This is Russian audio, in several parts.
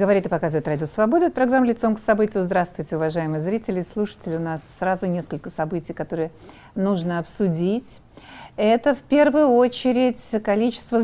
Говорит и показывает Радио Свобода. Это программа «Лицом к событию». Здравствуйте, уважаемые зрители и слушатели. У нас сразу несколько событий, которые нужно обсудить. Это в первую очередь то количество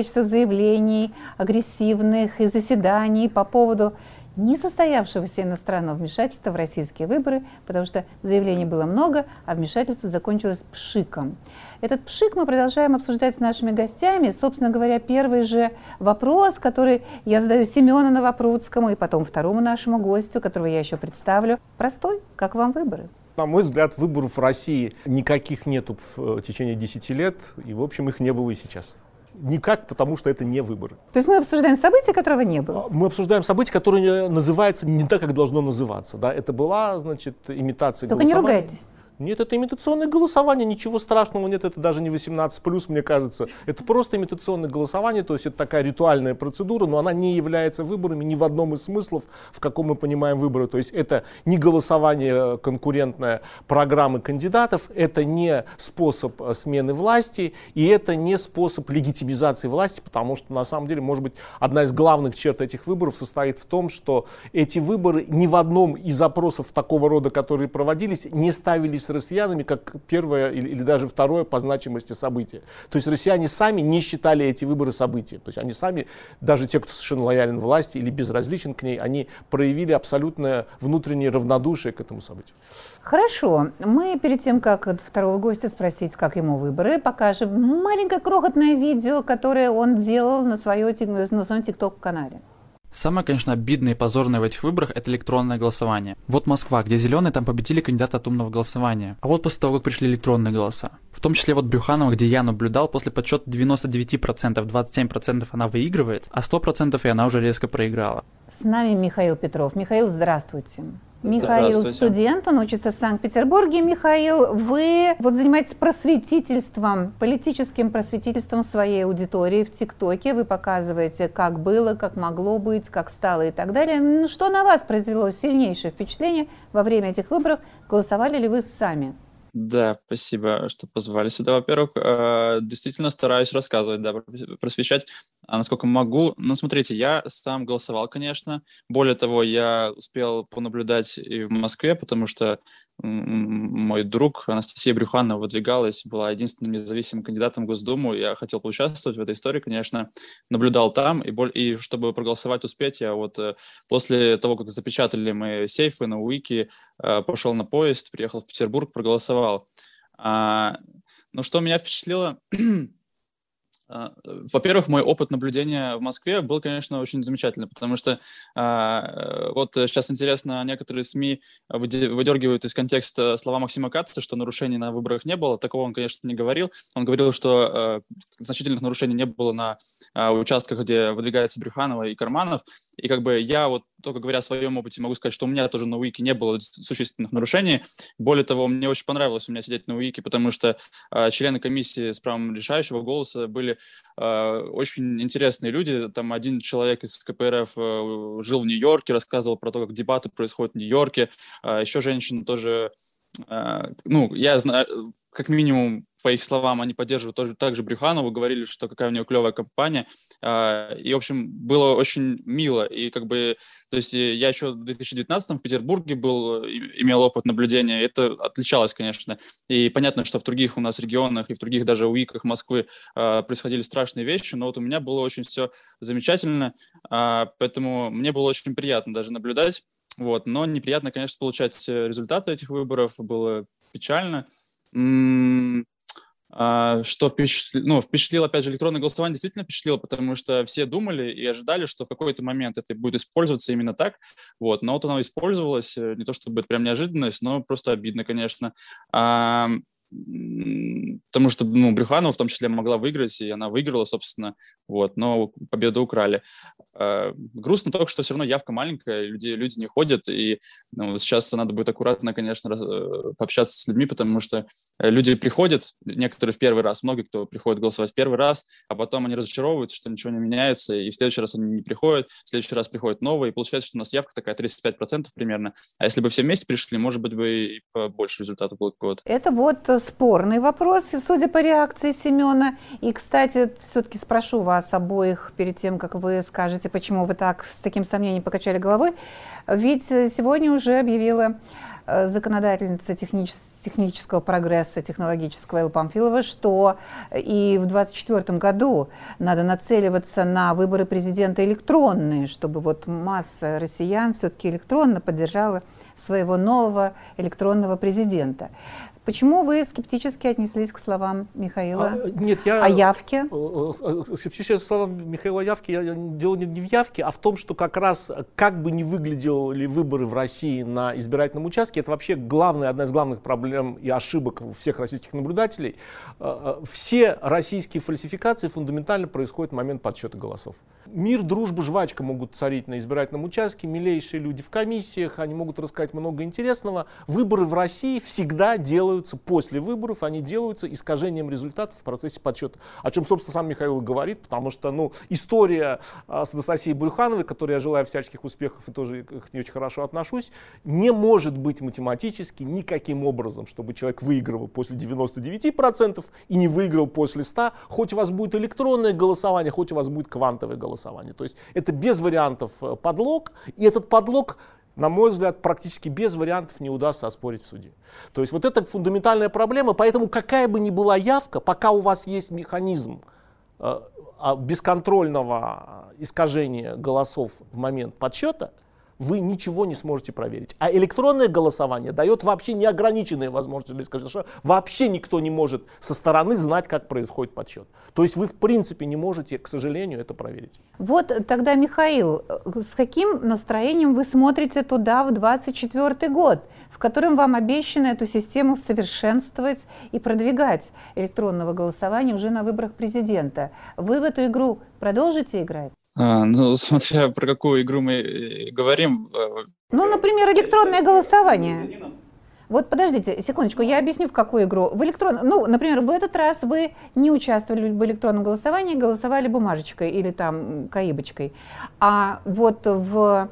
заявлений агрессивных и заседаний по поводу несостоявшегося иностранного вмешательства в российские выборы, потому что заявлений было много, а вмешательство закончилось пшиком. Этот пшик мы продолжаем обсуждать с нашими гостями. Собственно говоря, первый же вопрос, который я задаю Семену Новопрудскому и потом второму нашему гостю, которого я еще представлю, простой. Как вам выборы? На мой взгляд, выборов в России никаких нету в течение 10 лет, и, в общем, их не было и сейчас. Никак, потому что это не выборы. То есть мы обсуждаем события, которого не было? Мы обсуждаем события, которые называются не так, как должно называться. Да? Это была, значит, имитация Только голосования. Не ругайтесь. Нет, это имитационное голосование, ничего страшного нет, это даже не 18+, мне кажется. Это просто имитационное голосование, то есть это такая ритуальная процедура, но она не является выборами ни в одном из смыслов, в каком мы понимаем выборы. То есть это не голосование конкурентное программы кандидатов, это не способ смены власти, и это не способ легитимизации власти, потому что на самом деле, может быть, одна из главных черт этих выборов состоит в том, что эти выборы ни в одном из опросов такого рода, которые проводились, не ставились россиянами как первое или даже второе по значимости событие. То есть россияне сами не считали эти выборы событием. То есть они сами, даже те, кто совершенно лоялен власти или безразличен к ней, они проявили абсолютное внутреннее равнодушие к этому событию. Хорошо. Мы перед тем, как от второго гостя спросить, как ему выборы, покажем маленькое крохотное видео, которое он делал на своем ТикТок-канале. Самое, конечно, обидное и позорное в этих выборах – это электронное голосование. Вот Москва, где зеленые, там победили кандидаты от умного голосования. А вот после того, как пришли электронные голоса. В том числе вот Брюханова, где я наблюдал, после подсчета 99%, 27% она выигрывает, а 100% и она уже резко проиграла. С нами Михаил Петров. Михаил, здравствуйте. Михаил студент, он учится в Санкт-Петербурге. Михаил, вы занимаетесь просветительством, политическим просветительством своей аудитории в ТикТоке. Вы показываете, как было, как могло быть, как стало и так далее. Что на вас произвело сильнейшее впечатление во время этих выборов? Голосовали ли вы сами? Да, спасибо, что позвали сюда. Во-первых, действительно стараюсь рассказывать, да, просвещать, насколько могу. Но смотрите, я сам голосовал, конечно. Более того, я успел понаблюдать и в Москве, потому что мой друг Анастасия Брюханова выдвигалась, была единственным независимым кандидатом в Госдуму. Я хотел поучаствовать в этой истории, конечно. Наблюдал там, и чтобы проголосовать, успеть, я после того, как запечатали мои сейфы на Уики, пошел на поезд, приехал в Петербург, проголосовал. Но что меня впечатлило... Во-первых, мой опыт наблюдения в Москве был, конечно, очень замечательный, потому что вот сейчас интересно, некоторые СМИ выдергивают из контекста слова Максима Каца, что нарушений на выборах не было. Такого он, конечно, не говорил. Он говорил, что значительных нарушений не было на участках, где выдвигается Брюханова и Карманов. И я только говоря о своем опыте, могу сказать, что у меня тоже на УИКе не было существенных нарушений. Более того, мне очень понравилось у меня сидеть на УИКе, потому что члены комиссии с правом решающего голоса были очень интересные люди. Там один человек из КПРФ жил в Нью-Йорке, рассказывал про то, как дебаты происходят в Нью-Йорке. Еще женщина тоже... я знаю, как минимум, по их словам, они поддерживают тоже также Брюханову, говорили, что какая у нее клевая кампания. И, в общем, было очень мило. И то есть я еще в 2019 в Петербурге имел опыт наблюдения. Это отличалось, конечно. И понятно, что в других у нас регионах и в других даже УИКах Москвы происходили страшные вещи, но вот у меня было очень все замечательно. Поэтому мне было очень приятно даже наблюдать. Но неприятно, конечно, получать результаты этих выборов. Было печально. Что впечатлило, опять же, электронное голосование действительно впечатлило, потому что все думали и ожидали, что в какой-то момент это будет использоваться именно так, но вот оно использовалось, не то чтобы это прям неожиданность, но просто обидно, конечно, потому что Брюханова в том числе могла выиграть, и она выиграла, собственно, но победу украли. Грустно только, что все равно явка маленькая, люди не ходят, и сейчас надо будет аккуратно, конечно, пообщаться с людьми, потому что люди приходят, некоторые в первый раз, многие, кто приходит голосовать в первый раз, а потом они разочаровываются, что ничего не меняется, и в следующий раз они не приходят, в следующий раз приходят новые, и получается, что у нас явка такая 35% примерно, а если бы все вместе пришли, может быть, бы и побольше результатов было какого-то. Это спорный вопрос, судя по реакции Семена. И, кстати, все-таки спрошу вас обоих перед тем, как вы скажете, почему вы так с таким сомнением покачали головой. Ведь сегодня уже объявила законодательница технического прогресса, технологического Элла Памфилова, что и в 2024 году надо нацеливаться на выборы президента электронные, чтобы вот масса россиян все-таки электронно поддержала своего нового электронного президента. Почему вы скептически отнеслись к словам Михаила о явке? Скептически к словам Михаила о явке, дело не в явке, а в том, что как раз, как бы ни выглядели выборы в России на избирательном участке, это вообще одна из главных проблем и ошибок всех российских наблюдателей. Все российские фальсификации фундаментально происходят в момент подсчета голосов. Мир, дружба, жвачка могут царить на избирательном участке, милейшие люди в комиссиях, они могут рассказать много интересного. Выборы в России всегда делаются после выборов, они делаются искажением результатов в процессе подсчета. О чем, собственно, сам Михаил говорит, потому что история с Анастасией Брюхановой, которой я желаю всяческих успехов и тоже к ней очень хорошо отношусь, не может быть математически никаким образом, чтобы человек выигрывал после 99% и не выиграл после 100%, хоть у вас будет электронное голосование, хоть у вас будет квантовое голосование. То есть это без вариантов подлог, и этот подлог, на мой взгляд, практически без вариантов не удастся оспорить в суде. То есть вот это фундаментальная проблема, поэтому какая бы ни была явка, пока у вас есть механизм бесконтрольного искажения голосов в момент подсчета, вы ничего не сможете проверить. А электронное голосование дает вообще неограниченные возможности для искажения, что вообще никто не может со стороны знать, как происходит подсчет. То есть вы в принципе не можете, к сожалению, это проверить. Вот тогда, Михаил, с каким настроением вы смотрите туда в 2024 год, в котором вам обещано эту систему совершенствовать и продвигать электронного голосования уже на выборах президента? Вы в эту игру продолжите играть? Смотря про какую игру мы говорим. Например, электронное голосование. Вот подождите, секундочку, я объясню, в какую игру. Например, в этот раз вы не участвовали в электронном голосовании, голосовали бумажечкой или там каибочкой. А вот в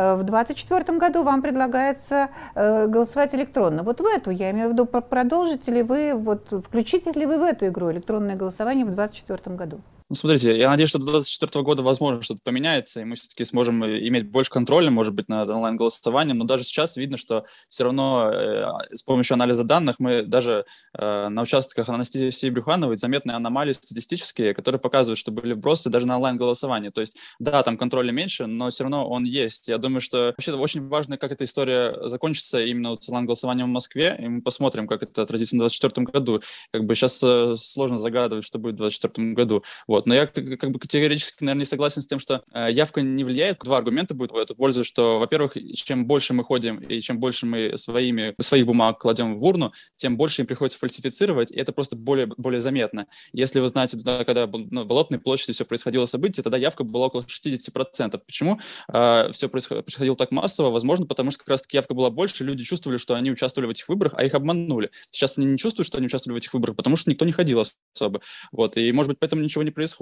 2024 году вам предлагается голосовать электронно. Вот в эту, я имею в виду, продолжите ли вы, включитесь ли вы в эту игру электронное голосование в 2024 году? Смотрите, я надеюсь, что до 2024 года, возможно, что-то поменяется, и мы все-таки сможем иметь больше контроля, может быть, над онлайн-голосованием, но даже сейчас видно, что все равно с помощью анализа данных мы даже на участках Анастасии Брюхановой заметны аномалии статистические, которые показывают, что были вбросы даже на онлайн-голосование. То есть, да, там контроля меньше, но все равно он есть. Я думаю, что вообще очень важно, как эта история закончится именно с онлайн-голосованием в Москве, и мы посмотрим, как это отразится в 2024 году. Сейчас сложно загадывать, что будет в 2024 году. Но я категорически, наверное, не согласен с тем, что явка не влияет. Два аргумента будет в эту пользу, что, во-первых, чем больше мы ходим и чем больше мы своих бумаг кладем в урну, тем больше им приходится фальсифицировать, и это просто более заметно. Если вы знаете, когда на Болотной площади все происходило событие, тогда явка была около 60%. Почему все происходило так массово? Возможно, потому что как раз-таки явка была больше, люди чувствовали, что они участвовали в этих выборах, а их обманули. Сейчас они не чувствуют, что они участвовали в этих выборах, потому что никто не ходил особо. И, может быть, поэтому ничего не происходит.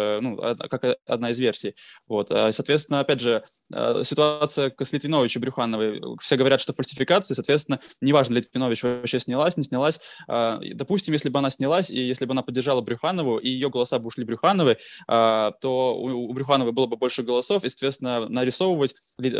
Как одна из версий. Соответственно, опять же, ситуация с Литвинович и Брюхановой. Все говорят, что фальсификации, соответственно, неважно, Литвинович вообще снялась, не снялась. Допустим, если бы она снялась, и если бы она поддержала Брюханову, и ее голоса бы ушли Брюхановой, то у Брюхановой было бы больше голосов, и, соответственно, нарисовывать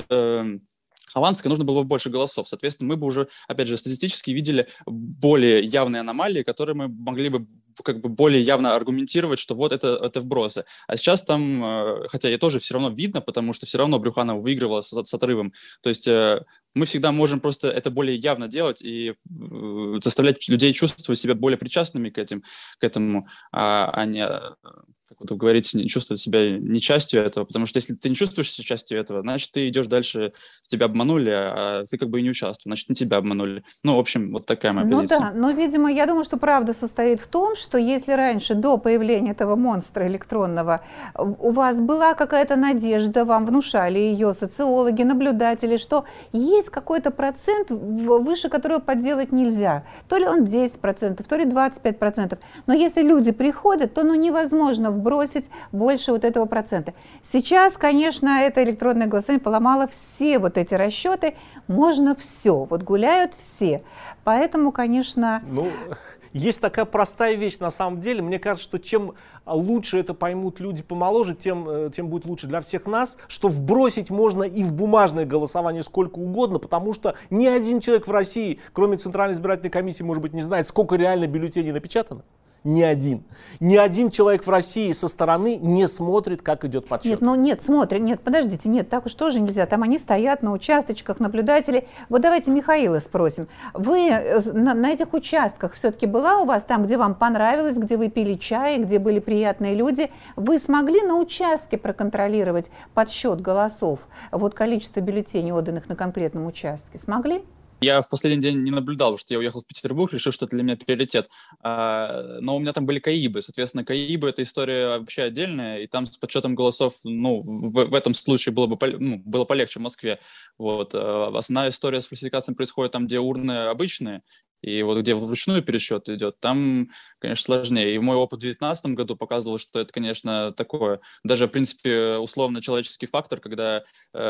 Хованской нужно было бы больше голосов. Соответственно, мы бы уже, опять же, статистически видели более явные аномалии, которые мы могли бы более явно аргументировать, что вот это вбросы. А сейчас там, хотя и тоже все равно видно, потому что все равно Брюханова выигрывала с отрывом. То есть мы всегда можем просто это более явно делать и заставлять людей чувствовать себя более причастными к этому, а не, как вы говорите, не чувствовать себя не частью этого. Потому что если ты не чувствуешь себя частью этого, значит, ты идешь дальше, тебя обманули, а ты и не участвовал, значит, не тебя обманули. В общем, вот такая моя позиция. Да, но, видимо, я думаю, что правда состоит в том, что если раньше, до появления этого монстра электронного, у вас была какая-то надежда, вам внушали ее социологи, наблюдатели, что есть какой-то процент, выше которого подделать нельзя. То ли он 10%, то ли 25%. Но если люди приходят, то невозможно вбросить больше этого процента. Сейчас, конечно, это электронное голосование поломало все эти расчеты. Можно все. Гуляют все. Поэтому, конечно... Есть такая простая вещь на самом деле. Мне кажется, что чем лучше это поймут люди помоложе, тем будет лучше для всех нас, что вбросить можно и в бумажное голосование сколько угодно, потому что ни один человек в России, кроме Центральной избирательной комиссии, может быть, не знает, сколько реально бюллетеней напечатано. Ни один. Ни один человек в России со стороны не смотрит, как идет подсчет. Нет, смотрит. Нет, подождите, нет, так уж тоже нельзя. Там они стоят на участочках, наблюдатели. Вот давайте Михаила спросим. Вы на этих участках все-таки была у вас, там, где вам понравилось, где вы пили чай, где были приятные люди, вы смогли на участке проконтролировать подсчет голосов, вот количество бюллетеней, отданных на конкретном участке? Смогли? Я в последний день не наблюдал, потому что я уехал в Петербург, решил, что это для меня приоритет. Но у меня там были КАИБы. Соответственно, КАИБы — это история вообще отдельная, и там с подсчетом голосов, в этом случае было полегче в Москве. Вот. Основная история с фальсификацией происходит там, где урны обычные, и вот где вручную пересчет идет, там, конечно, сложнее. И мой опыт в 2019 году показывал, что это, конечно, такое, даже, в принципе, условно-человеческий фактор, когда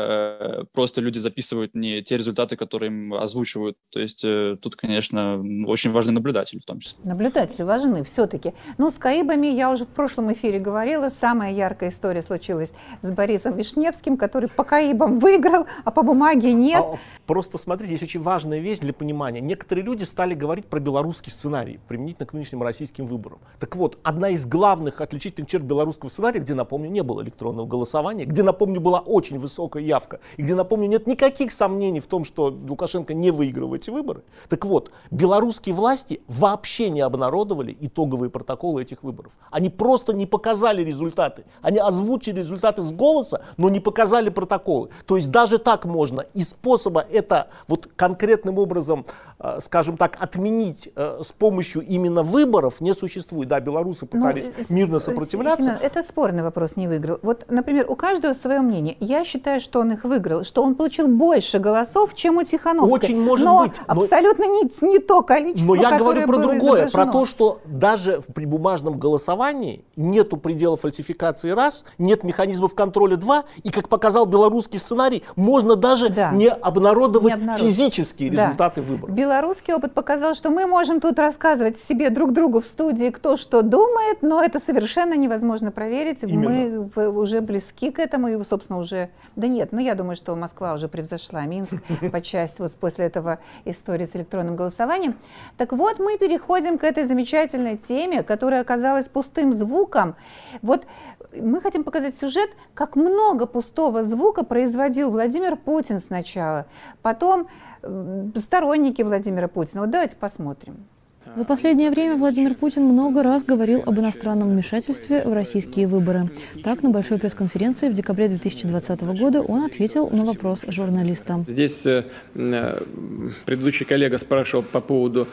просто люди записывают не те результаты, которые им озвучивают. То есть тут, конечно, очень важны наблюдатели в том числе. Наблюдатели важны все-таки. Ну, с КАИБами я уже в прошлом эфире говорила. Самая яркая история случилась с Борисом Вишневским, который по КАИБам выиграл, а по бумаге нет. Просто смотрите, есть очень важная вещь для понимания. Некоторые люди стали говорить про белорусский сценарий, применительно к нынешним российским выборам. Так вот, одна из главных отличительных черт белорусского сценария, где, напомню, не было электронного голосования, где, напомню, была очень высокая явка, и где, напомню, нет никаких сомнений в том, что Лукашенко не выиграл эти выборы. Так вот, белорусские власти вообще не обнародовали итоговые протоколы этих выборов. Они просто не показали результаты. Они озвучили результаты с голоса, но не показали протоколы. То есть даже так можно. И способа это вот конкретным образом, скажем так, отменить с помощью именно выборов не существует. Да, белорусы пытались мирно сопротивляться. Семен, это спорный вопрос, не выиграл. Вот, например, у каждого свое мнение. Я считаю, что он их выиграл, что он получил больше голосов, чем у Тихановской. Очень может быть. Абсолютно не то количество, но я говорю про другое, изображено. Про то, что даже при бумажном голосовании нету предела фальсификации раз, нет механизмов контроля два, и, как показал белорусский сценарий, можно даже не обнародовать физические результаты выборов. Белорусский опыт показал, что мы можем тут рассказывать себе друг другу в студии, кто что думает, но это совершенно невозможно проверить. Именно. Мы уже близки к этому, и, собственно, уже... Да нет, я думаю, что Москва уже превзошла Минск по части вот после этого истории с электронным голосованием. Так вот, мы переходим к этой замечательной теме, которая оказалась пустым звуком. Вот мы хотим показать сюжет, как много пустого звука производил Владимир Путин сначала, потом сторонники Владимира Путина. Вот давайте посмотрим. За последнее время Владимир Путин много раз говорил об иностранном вмешательстве в российские выборы. Так, на большой пресс-конференции в декабре 2020 года он ответил на вопрос журналиста. Здесь предыдущий коллега спрашивал по поводу,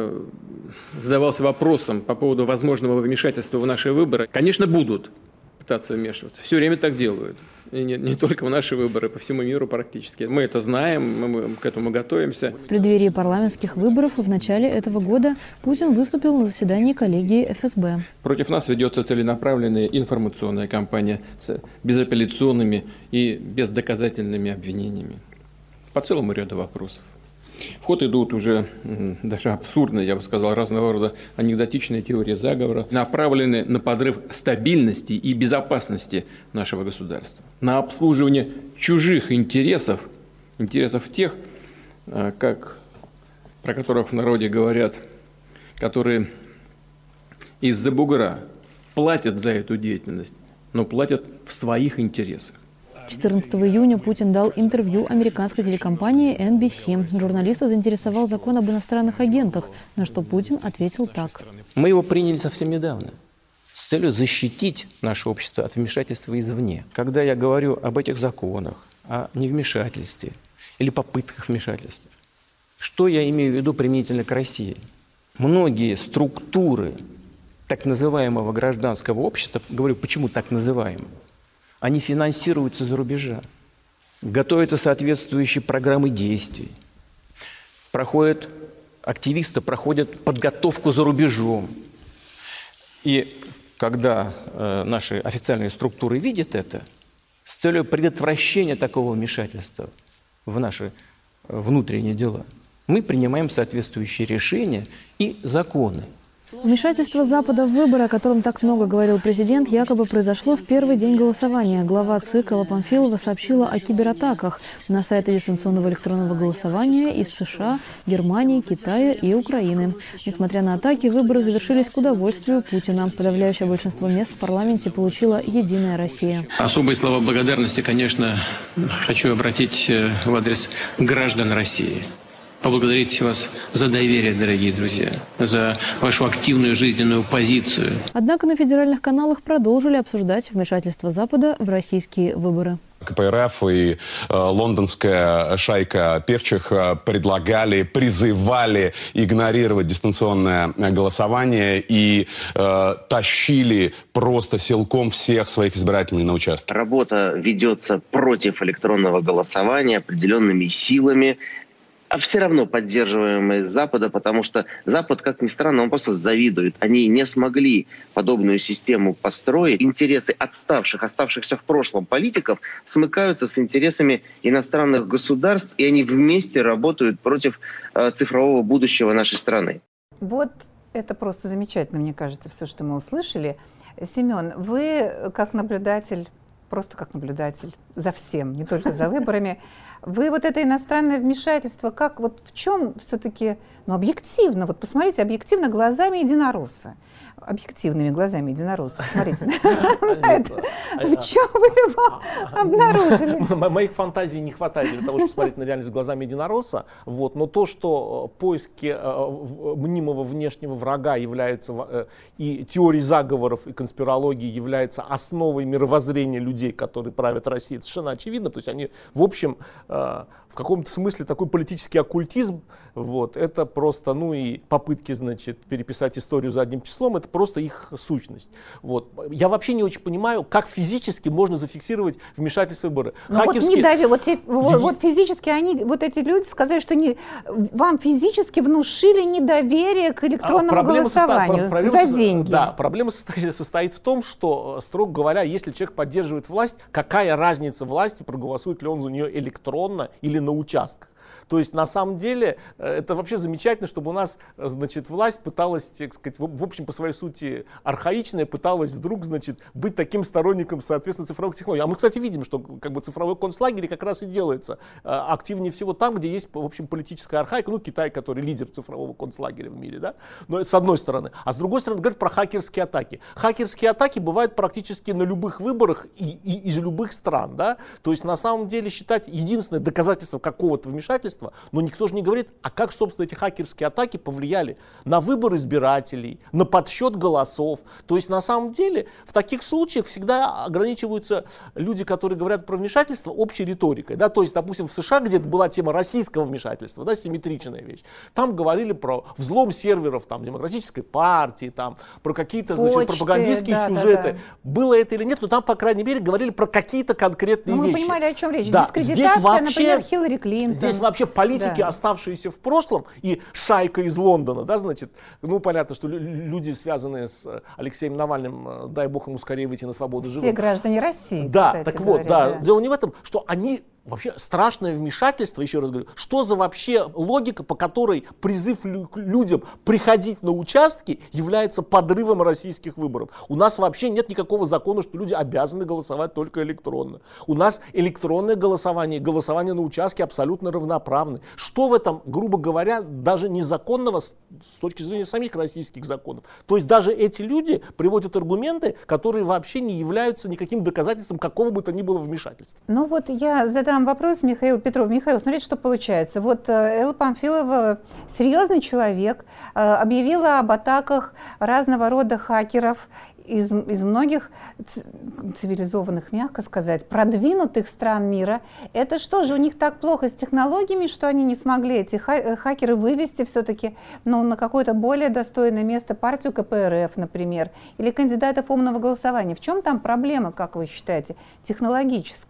задавался вопросом по поводу возможного вмешательства в наши выборы. Конечно, будут пытаться вмешиваться. Все время так делают. И не только в наши выборы, по всему миру практически. Мы это знаем, мы к этому готовимся. В преддверии парламентских выборов в начале этого года Путин выступил на заседании коллегии ФСБ. Против нас ведется целенаправленная информационная кампания с безапелляционными и бездоказательными обвинениями по целому ряду вопросов. В ход идут уже даже абсурдные, я бы сказал, разного рода анекдотичные теории заговора, направленные на подрыв стабильности и безопасности нашего государства, на обслуживание чужих интересов, интересов тех, про которых в народе говорят, которые из-за бугра платят за эту деятельность, но платят в своих интересах. 14 июня Путин дал интервью американской телекомпании NBC. Журналиста заинтересовал закон об иностранных агентах, на что Путин ответил так. Мы его приняли совсем недавно с целью защитить наше общество от вмешательства извне. Когда я говорю об этих законах, о невмешательстве или попытках вмешательства, что я имею в виду применительно к России? Многие структуры так называемого гражданского общества, говорю, почему так называемого, они финансируются за рубежа, готовятся соответствующие программы действий, активисты проходят подготовку за рубежом. И когда наши официальные структуры видят это, с целью предотвращения такого вмешательства в наши внутренние дела, мы принимаем соответствующие решения и законы. Вмешательство Запада в выборы, о котором так много говорил президент, якобы произошло в первый день голосования. Глава ЦИК Элла Памфилова сообщила о кибератаках на сайты дистанционного электронного голосования из США, Германии, Китая и Украины. Несмотря на атаки, выборы завершились к удовольствию Путина. Подавляющее большинство мест в парламенте получила «Единая Россия». Особые слова благодарности, конечно, хочу обратить в адрес граждан России. Поблагодарить вас за доверие, дорогие друзья, за вашу активную жизненную позицию. Однако на федеральных каналах продолжили обсуждать вмешательство Запада в российские выборы. КПРФ и лондонская шайка певчих предлагали, призывали игнорировать дистанционное голосование и тащили просто силком всех своих избирателей на участке. Работа ведется против электронного голосования определенными силами, а все равно поддерживаемые с Запада, потому что Запад, как ни странно, он просто завидует. Они не смогли подобную систему построить. Интересы оставшихся в прошлом политиков смыкаются с интересами иностранных государств, и они вместе работают против цифрового будущего нашей страны. Вот это просто замечательно, мне кажется, все, что мы услышали. Семен, вы как наблюдатель, просто как наблюдатель за всем, не только за выборами, вы вот это иностранное вмешательство, как вот в чем все-таки, ну объективно, вот посмотрите объективно глазами единоросса, объективными глазами единоросса, смотрите, в чем вы его обнаружили? Моих фантазий не хватает для того, чтобы смотреть на реальность глазами единоросса, вот, но то, что поиски мнимого внешнего врага являются, и теории заговоров, и конспирологии являются основой мировоззрения людей, которые правят Россией, совершенно очевидно, то есть они, в общем, в каком-то смысле такой политический оккультизм, вот, это просто, ну и попытки, значит, переписать историю за одним числом, это просто их сущность. Вот. Я вообще не очень понимаю, как физически можно зафиксировать вмешательство в выборы. Хакерские... Вот физически они, вот эти люди сказали, что вам физически внушили недоверие к электронному голосованию за деньги. Да, проблема состоит в том, что, строго говоря, если человек поддерживает власть, какая разница власти, проголосует ли он за нее электронно или на участках. То есть, на самом деле, это вообще замечательно, чтобы у нас, значит, власть пыталась, так сказать, в общем, по своей сути, архаичная, пыталась вдруг, значит, быть таким сторонником, соответственно, цифровых технологий. А мы, кстати, видим, что как бы цифровой концлагерь как раз и делается активнее всего там, где есть, в общем, политическая архаика, ну, Китай, который лидер цифрового концлагеря в мире, да, но это с одной стороны. А с другой стороны, говорят про хакерские атаки. Хакерские атаки бывают практически на любых выборах и из любых стран, да, то есть, на самом деле, считать единственное доказательство какого-то вмешательства, но никто же не говорит, а как, собственно, эти хакерские атаки повлияли на выбор избирателей, на подсчет голосов. То есть, на самом деле, в таких случаях всегда ограничиваются люди, которые говорят про вмешательство, общей риторикой. Да? То есть, допустим, в США, где была тема российского вмешательства, да, симметричная вещь, там говорили про взлом серверов там, Демократической партии, там, про какие-то, значит, пропагандистские сюжеты. Да. Было это или нет, но там, по крайней мере, говорили про какие-то конкретные вещи. Мы понимали, о чем речь. Да. Дискредитация, например, Хиллари Клинтон. Здесь вообще политики, оставшиеся в прошлом, и шайка из Лондона, да, значит, ну, понятно, что люди, связанные с Алексеем Навальным, дай бог ему скорее выйти на свободу, живут. Все граждане России, да, кстати, так вот, говоря, да, дело не в этом, что они вообще страшное вмешательство, еще раз говорю, что за вообще логика, по которой призыв людям приходить на участки является подрывом российских выборов. У нас вообще нет никакого закона, что люди обязаны голосовать только электронно. У нас электронное голосование, голосование на участке абсолютно равноправны. Что в этом, грубо говоря, даже незаконного с точки зрения самих российских законов? То есть даже эти люди приводят аргументы, которые вообще не являются никаким доказательством какого бы то ни было вмешательства. Ну вот я задам вопрос Михаилу Петрову. Михаил, смотрите, что получается. Вот Элла Памфилова, серьезный человек, объявила об атаках разного рода хакеров из многих цивилизованных, мягко сказать, продвинутых стран мира. Это что же, у них так плохо с технологиями, что они не смогли, эти хакеры, вывести все-таки на какое-то более достойное место партию КПРФ, например, или кандидатов умного голосования? В чем там проблема, как вы считаете, технологическая?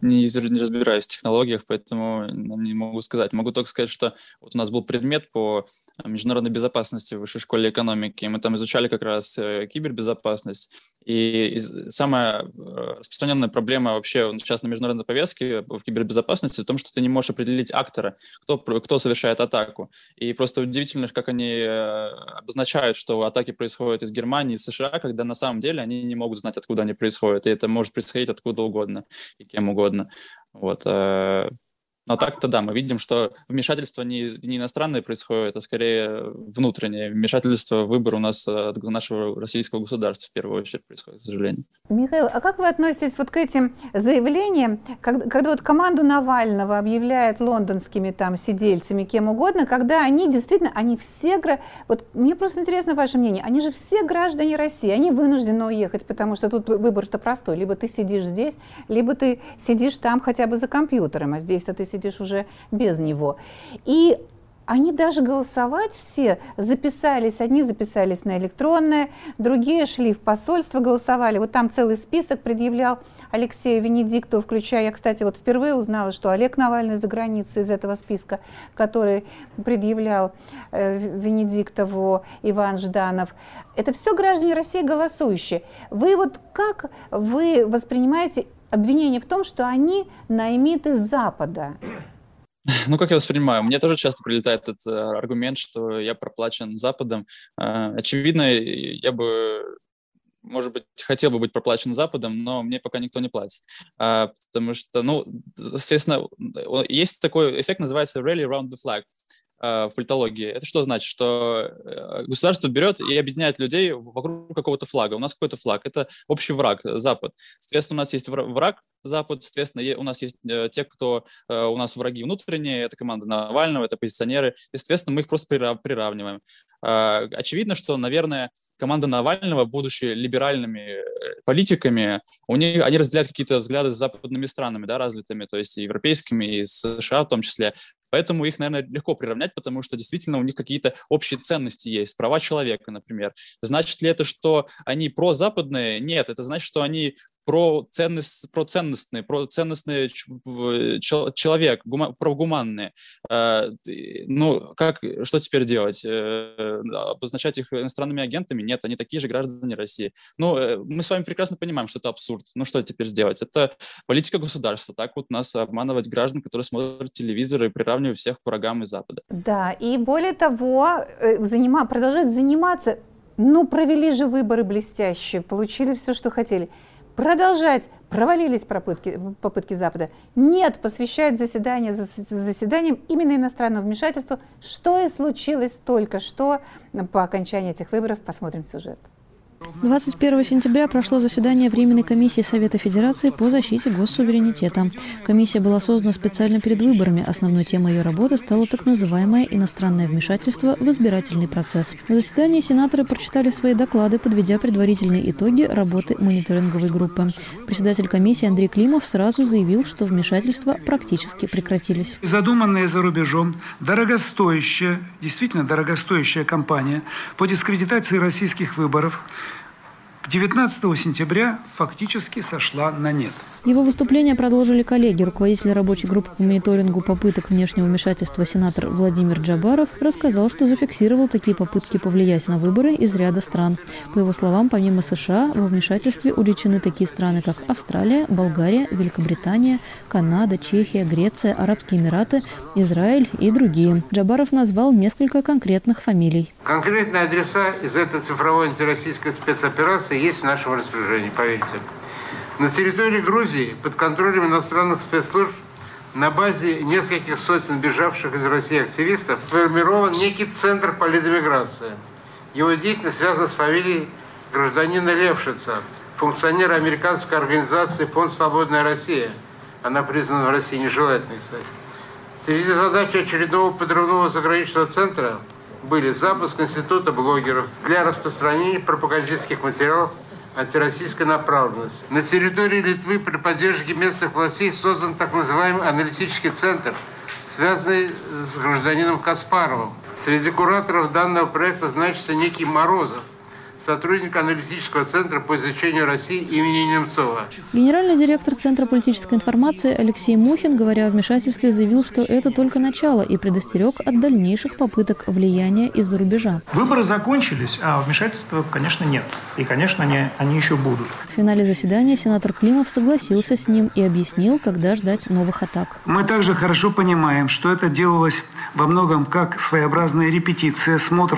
не разбираюсь в технологиях, поэтому не могу сказать. Могу только сказать, что вот у нас был предмет по международной безопасности в Высшей школе экономики. Мы там изучали как раз кибербезопасность. И самая распространенная проблема вообще сейчас на международной повестке в кибербезопасности в том, что ты не можешь определить актора, кто совершает атаку. И просто удивительно, как они обозначают, что атаки происходят из Германии, из США, когда на самом деле они не могут знать, откуда они происходят. И это может происходить откуда угодно и кем угодно. Вот. Но так-то да, мы видим, что вмешательство не иностранное происходит, а скорее внутреннее. Вмешательство в выбор у нас от нашего российского государства в первую очередь происходит, к сожалению. Михаил, а как вы относитесь вот к этим заявлениям, когда вот команду Навального объявляют лондонскими там сидельцами, кем угодно, когда они действительно, они все, вот мне просто интересно ваше мнение, они же все граждане России, они вынуждены уехать, потому что тут выбор-то простой, либо ты сидишь здесь, либо ты сидишь там хотя бы за компьютером, а здесь-то ты сидишь уже без него. И они даже голосовать все записались, одни записались на электронное, другие шли в посольство, голосовали. Вот там целый список предъявлял Алексею Венедиктову, включая, я, кстати, вот впервые узнала, что Олег Навальный за границей из этого списка, который предъявлял Венедиктову Иван Жданов. Это все граждане России голосующие. Вы вот как вы воспринимаете обвинение в том, что они наймиты Запада? Ну, как я воспринимаю, мне тоже часто прилетает этот аргумент, что я проплачен Западом. Очевидно, я бы, может быть, хотел бы быть проплачен Западом, но мне пока никто не платит. Потому что, ну, естественно, есть такой эффект, называется rally around the flag в политологии. Это что значит? Что государство берет и объединяет людей вокруг какого-то флага. У нас какой-то флаг. Это общий враг, Запад. Соответственно, у нас есть враг, Запад, соответственно, у нас есть те, кто у нас враги внутренние, это команда Навального, это оппозиционеры, и, соответственно, мы их просто приравниваем. Очевидно, что, наверное, команда Навального, будучи либеральными политиками, они разделяют какие-то взгляды с западными странами, да, развитыми, то есть и европейскими, и США в том числе. Поэтому их, наверное, легко приравнять, потому что действительно у них какие-то общие ценности есть, права человека, например. Значит ли это, что они прозападные? Нет, это значит, что они проценностный человек, прогуманные. Ну, что теперь делать? Обозначать их иностранными агентами? Нет, они такие же граждане России. Ну, мы с вами прекрасно понимаем, что это абсурд. Ну, что теперь сделать? Это политика государства. Так вот нас обманывать граждан, которые смотрят телевизор и приравнивают всех к врагам из Запада. Да, и более того, продолжать заниматься. Ну, провели же выборы блестящие, получили все, что хотели. Продолжать. Провалились попытки Запада. Нет, посвящают заседание за заседанием именно иностранному вмешательству, что и случилось только что по окончании этих выборов. Посмотрим сюжет. 21 сентября прошло заседание Временной комиссии Совета Федерации по защите госсуверенитета. Комиссия была создана специально перед выборами. Основной темой ее работы стало так называемое иностранное вмешательство в избирательный процесс. На заседании сенаторы прочитали свои доклады, подведя предварительные итоги работы мониторинговой группы. Председатель комиссии Андрей Климов сразу заявил, что вмешательства практически прекратились. Задуманная за рубежом дорогостоящая, действительно дорогостоящая кампания по дискредитации российских выборов к 19 сентября фактически сошла на нет. Его выступление продолжили коллеги. Руководитель рабочей группы по мониторингу попыток внешнего вмешательства сенатор Владимир Джабаров рассказал, что зафиксировал такие попытки повлиять на выборы из ряда стран. По его словам, помимо США, во вмешательстве увлечены такие страны, как Австралия, Болгария, Великобритания, Канада, Чехия, Греция, Арабские Эмираты, Израиль и другие. Джабаров назвал несколько конкретных фамилий. Конкретные адреса из этой цифровой антироссийской спецоперации есть в нашем распоряжении, поверьте. На территории Грузии под контролем иностранных спецслужб на базе нескольких сотен бежавших из России активистов сформирован некий центр политэмиграции. Его деятельность связана с фамилией гражданина Левшица, функционера американской организации «Фонд Свободная Россия». Она признана в России нежелательной, кстати. Среди задач очередного подрывного заграничного центра были запуск института блогеров для распространения пропагандистских материалов антироссийской направленности. На территории Литвы при поддержке местных властей создан так называемый аналитический центр, связанный с гражданином Каспаровым. Среди кураторов данного проекта значится некий Морозов, сотрудник аналитического центра по изучению России имени Немцова. Генеральный директор Центра политической информации Алексей Мухин, говоря о вмешательстве, заявил, что это только начало, и предостерег от дальнейших попыток влияния из-за рубежа. Выборы закончились, а вмешательства, конечно, нет. И, конечно, они еще будут. В финале заседания сенатор Климов согласился с ним и объяснил, когда ждать новых атак. Мы также хорошо понимаем, что это делалось во многом как своеобразная репетиция, смотр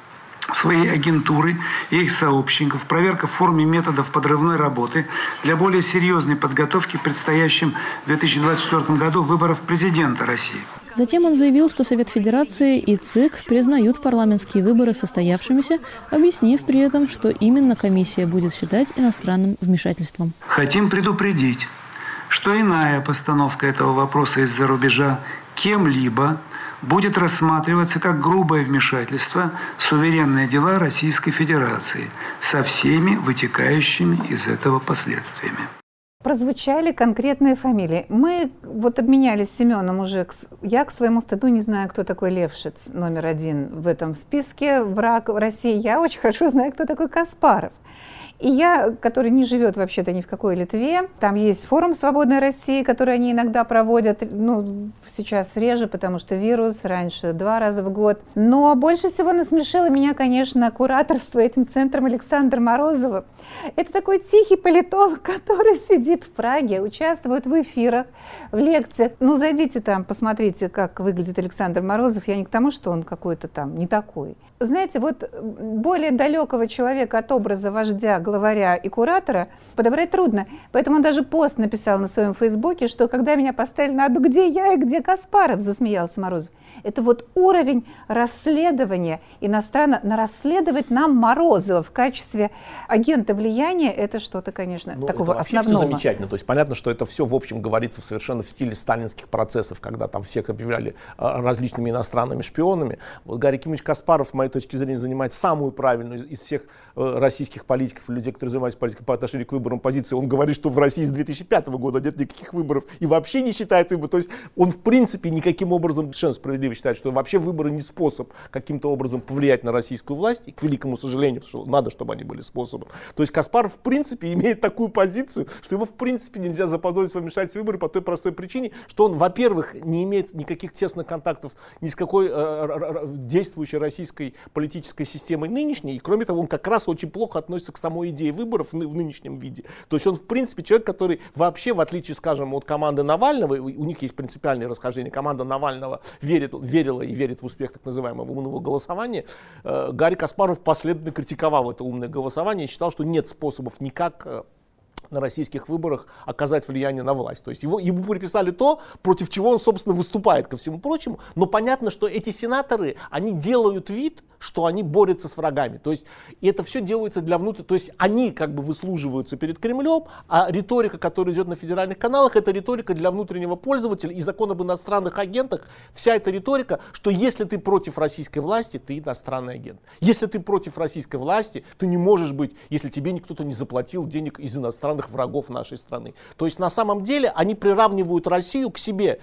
своей агентуры и их сообщников, проверка в форме методов подрывной работы для более серьезной подготовки к предстоящим в 2024 году выборов президента России. Затем он заявил, что Совет Федерации и ЦИК признают парламентские выборы состоявшимися, объяснив при этом, что именно комиссия будет считать иностранным вмешательством. Хотим предупредить, что иная постановка этого вопроса из-за рубежа кем-либо будет рассматриваться как грубое вмешательство в суверенные дела Российской Федерации со всеми вытекающими из этого последствиями. Прозвучали конкретные фамилии. Мы вот обменялись с Семеном уже. Я к своему стыду не знаю, кто такой Левшиц, номер один в этом списке, враг России. Я очень хорошо знаю, кто такой Каспаров. И я, который не живет вообще-то ни в какой Литве, там есть форум «Свободной России», который они иногда проводят, ну, сейчас реже, потому что вирус, раньше 2 раза в год. Но больше всего насмешило меня, конечно, кураторство этим центром Александра Морозова. Это такой тихий политолог, который сидит в Праге, участвует в эфирах, в лекциях. Ну, зайдите там, посмотрите, как выглядит Александр Морозов. Я не к тому, что он какой-то там не такой. Знаете, вот более далекого человека от образа вождя, главаря и куратора подобрать трудно. Поэтому он даже пост написал на своем фейсбуке, что когда меня поставили на «Ну где я и где Каспаров?», засмеялся Морозов. Это вот уровень расследования иностранного, расследовать нам Морозова в качестве агента влияния, это что-то, конечно, такого это вообще основного. Все замечательно. То есть понятно, что это все, в общем, говорится совершенно в стиле сталинских процессов, когда там всех объявляли различными иностранными шпионами. Вот Гарри Кимович Каспаров, с моей точки зрения, занимает самую правильную из всех российских политиков, людей, которые занимаются политикой по отношению к выборам позиции. Он говорит, что в России с 2005 года нет никаких выборов и вообще не считает выборы. То есть он, в принципе, никаким образом совершенно справедливо считает, что вообще выборы не способ каким-то образом повлиять на российскую власть, и, к великому сожалению, что надо, чтобы они были способом. То есть Каспаров, в принципе, имеет такую позицию, что его, в принципе, нельзя заподозрить в вмешательстве в выборы по той простой причине, что он, во-первых, не имеет никаких тесных контактов ни с какой действующей российской политической системой нынешней, и, кроме того, он как раз очень плохо относится к самой идее выборов в нынешнем виде. То есть он, в принципе, человек, который вообще, в отличие, скажем, от команды Навального, у них есть принципиальные расхождения, команда Навального верила и верит в успех так называемого умного голосования, Гарри Каспаров последовательно критиковал это умное голосование и считал, что нет способов никак на российских выборах оказать влияние на власть. То есть ему приписали то, против чего он, собственно, выступает, ко всему прочему. Но понятно, что эти сенаторы, они делают вид, что они борются с врагами. То есть и это все делается для внутреннего. То есть они как бы выслуживаются перед Кремлем, а риторика, которая идет на федеральных каналах, это риторика для внутреннего пользователя. И закон об иностранных агентах, вся эта риторика, что если ты против российской власти, ты иностранный агент. Если ты против российской власти, ты не можешь быть, если тебе кто-то не заплатил денег из иностранных врагов нашей страны. То есть на самом деле они приравнивают Россию к себе.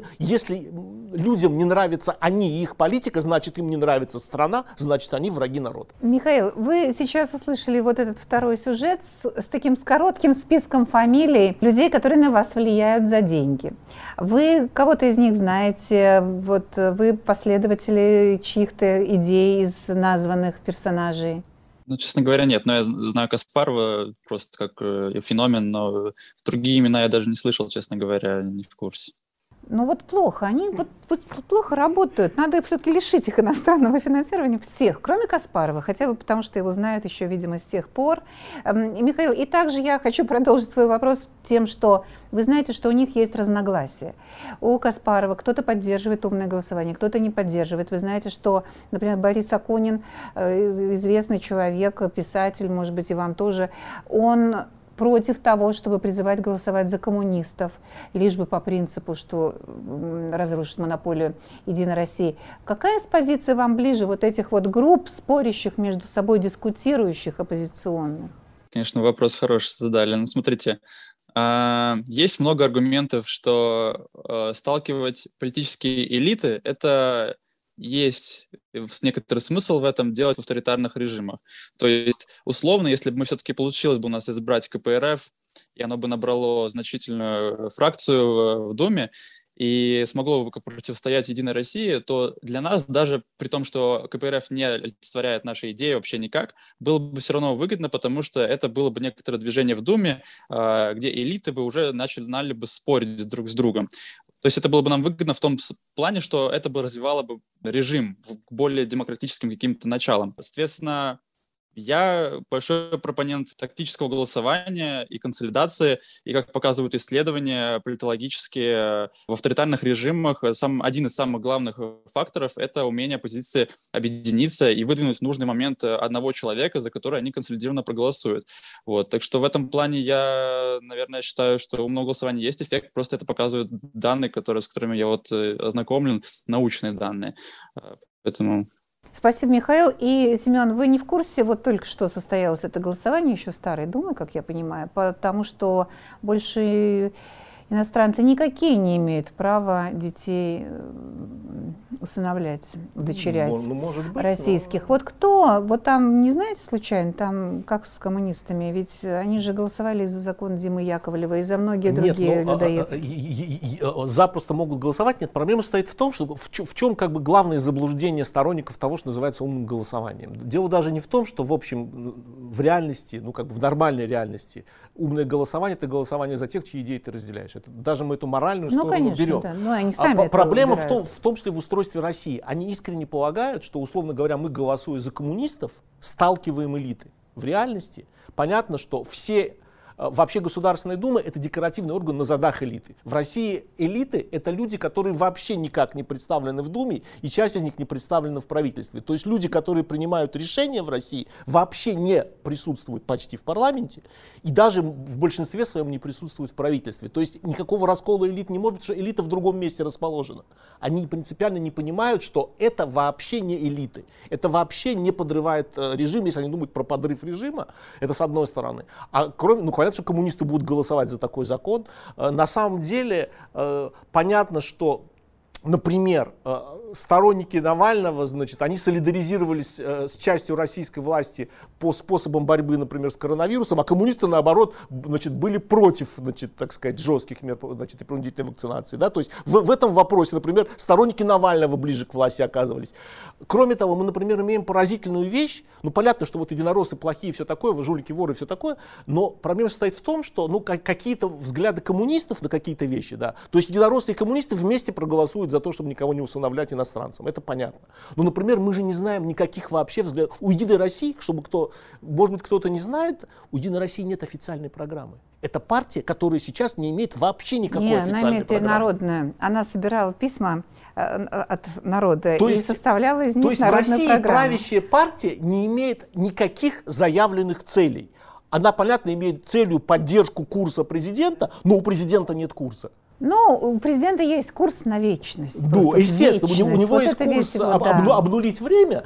Если людям не нравятся они и их политика, значит им не нравится страна, значит они враги народа. Михаил, вы сейчас услышали вот этот второй сюжет с таким с коротким списком фамилий людей, которые на вас влияют за деньги. Вы кого-то из них знаете, вот вы последователи чьих-то идей из названных персонажей? Ну, честно говоря, нет. Но я знаю Каспарова просто как феномен, но другие имена я даже не слышал, честно говоря, не в курсе. Ну вот плохо, они вот плохо работают. Надо все-таки лишить их иностранного финансирования всех, кроме Каспарова, хотя бы потому, что его знают еще, видимо, с тех пор. Михаил, и также я хочу продолжить свой вопрос тем, что вы знаете, что у них есть разногласия. У Каспарова кто-то поддерживает умное голосование, кто-то не поддерживает. Вы знаете, что, например, Борис Акунин, известный человек, писатель, может быть, и вам тоже, он против того, чтобы призывать голосовать за коммунистов, лишь бы по принципу, что разрушит монополию «Единой России». Какая из позиций вам ближе вот этих вот групп, спорящих между собой, дискутирующих оппозиционных? Конечно, вопрос хороший задали. Ну, смотрите, есть много аргументов, что сталкивать политические элиты – это есть некоторый смысл в этом делать в авторитарных режимах. То есть условно, если бы все-таки получилось бы у нас избрать КПРФ, и оно бы набрало значительную фракцию в Думе, и смогло бы противостоять Единой России, то для нас, даже при том, что КПРФ не олицетворяет наши идеи вообще никак, было бы все равно выгодно, потому что это было бы некоторое движение в Думе, где элиты бы уже начали бы спорить друг с другом. То есть это было бы нам выгодно в том плане, что это бы развивало бы режим к более демократическим каким-то началам. Соответственно, я большой пропонент тактического голосования и консолидации, и, как показывают исследования политологические, в авторитарных режимах один из самых главных факторов – это умение оппозиции объединиться и выдвинуть в нужный момент одного человека, за который они консолидированно проголосуют. Вот. Так что в этом плане я, наверное, считаю, что у умного голосования есть эффект, просто это показывают данные, с которыми я ознакомлен, научные данные. Поэтому... Спасибо, Михаил. И, Семен, вы не в курсе, только что состоялось это голосование еще Старой Думы, как я понимаю, потому что больше иностранцы никакие не имеют права детей усыновлять, удочерять может быть, российских. Кто? Там, не знаете случайно, там как с коммунистами? Ведь они же голосовали за закон Димы Яковлева и за многие другие людоедские. Запросто могут голосовать. Нет, проблема стоит в том, что в чем главное заблуждение сторонников того, что называется умным голосованием. Дело даже не в том, что в общем в реальности, в нормальной реальности, умное голосование — это голосование за тех, чьи идеи ты разделяешь. Даже мы эту моральную сторону конечно, берем. Да. Они сами проблема в том числе в устройстве России. Они искренне полагают, что, условно говоря, мы, голосуя за коммунистов, сталкиваем элиты. В реальности понятно, что вообще Государственная Дума — это декоративный орган на задах элиты. В России элиты — это люди, которые вообще никак не представлены в Думе, и часть из них не представлена в правительстве. То есть люди, которые принимают решения в России, вообще не присутствуют почти в парламенте, и даже в большинстве своем не присутствуют в правительстве. То есть никакого раскола элит не может быть, что элита в другом месте расположена. Они принципиально не понимают, что это вообще не элиты. Это вообще не подрывает режим, если они думают про подрыв режима. Это с одной стороны. А понятно, что коммунисты будут голосовать за такой закон. На самом деле понятно, что, например, сторонники Навального, они солидаризировались с частью российской власти по способам борьбы, например, с коронавирусом, а коммунисты, наоборот, были против, так сказать, жестких мер и принудительной вакцинации. Да? То есть в этом вопросе, например, сторонники Навального ближе к власти оказывались. Кроме того, мы, например, имеем поразительную вещь. Понятно, что единороссы плохие и все такое, жулики, воры и все такое, но проблема состоит в том, что какие-то взгляды коммунистов на какие-то вещи, да, то есть единороссы и коммунисты вместе проголосуют за то, чтобы никого не усыновлять иностранцам. Это понятно. Но, например, мы же не знаем никаких вообще взглядов. У Единой России, может быть, кто-то не знает, у Единой России нет официальной программы. Это партия, которая сейчас не имеет вообще никакой официальной программы. Она имеет перенародную. Она собирала письма от народа и составляла из них народную программу. То есть в России правящая партия не имеет никаких заявленных целей. Она, понятно, имеет целью поддержку курса президента, но у президента нет курса. У президента есть курс на вечность. Естественно, у него есть курс обнулить время,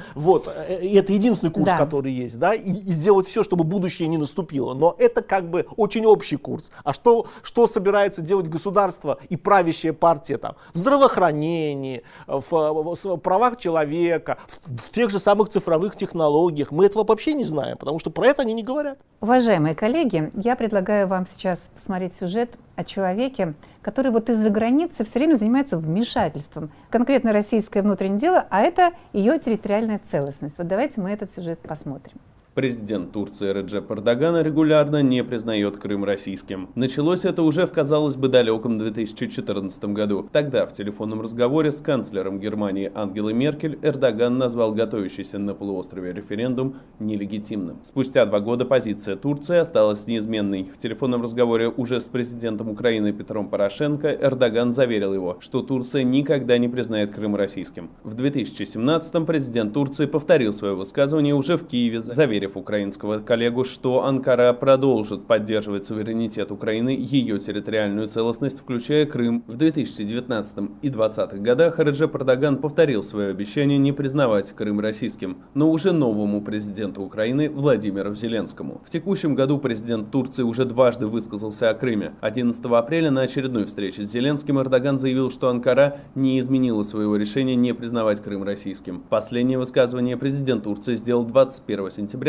и это единственный курс, который есть, да, и сделать все, чтобы будущее не наступило. Но это очень общий курс. А что собирается делать государство и правящая партия в здравоохранении, в правах человека, в тех же самых цифровых технологиях? Мы этого вообще не знаем, потому что про это они не говорят. Уважаемые коллеги, я предлагаю вам сейчас посмотреть сюжет о человеке, который из-за границы все время занимается вмешательством. Конкретно российское внутреннее дело, а это ее территориальная целостность. Давайте мы этот сюжет посмотрим. Президент Турции Реджеп Эрдоган регулярно не признает Крым российским. Началось это уже в, казалось бы, далеком 2014 году. Тогда в телефонном разговоре с канцлером Германии Ангелой Меркель Эрдоган назвал готовящийся на полуострове референдум нелегитимным. Спустя 2 года позиция Турции осталась неизменной. В телефонном разговоре уже с президентом Украины Петром Порошенко Эрдоган заверил его, что Турция никогда не признает Крым российским. В 2017-м президент Турции повторил свое высказывание уже в Киеве, заверив украинского коллегу, что Анкара продолжит поддерживать суверенитет Украины, ее территориальную целостность, включая Крым. В 2019 и 2020 годах Реджеп Эрдоган повторил свое обещание не признавать Крым российским, но уже новому президенту Украины Владимиру Зеленскому. В текущем году президент Турции уже дважды высказался о Крыме. 11 апреля на очередной встрече с Зеленским Эрдоган заявил, что Анкара не изменила своего решения не признавать Крым российским. Последнее высказывание президент Турции сделал 21 сентября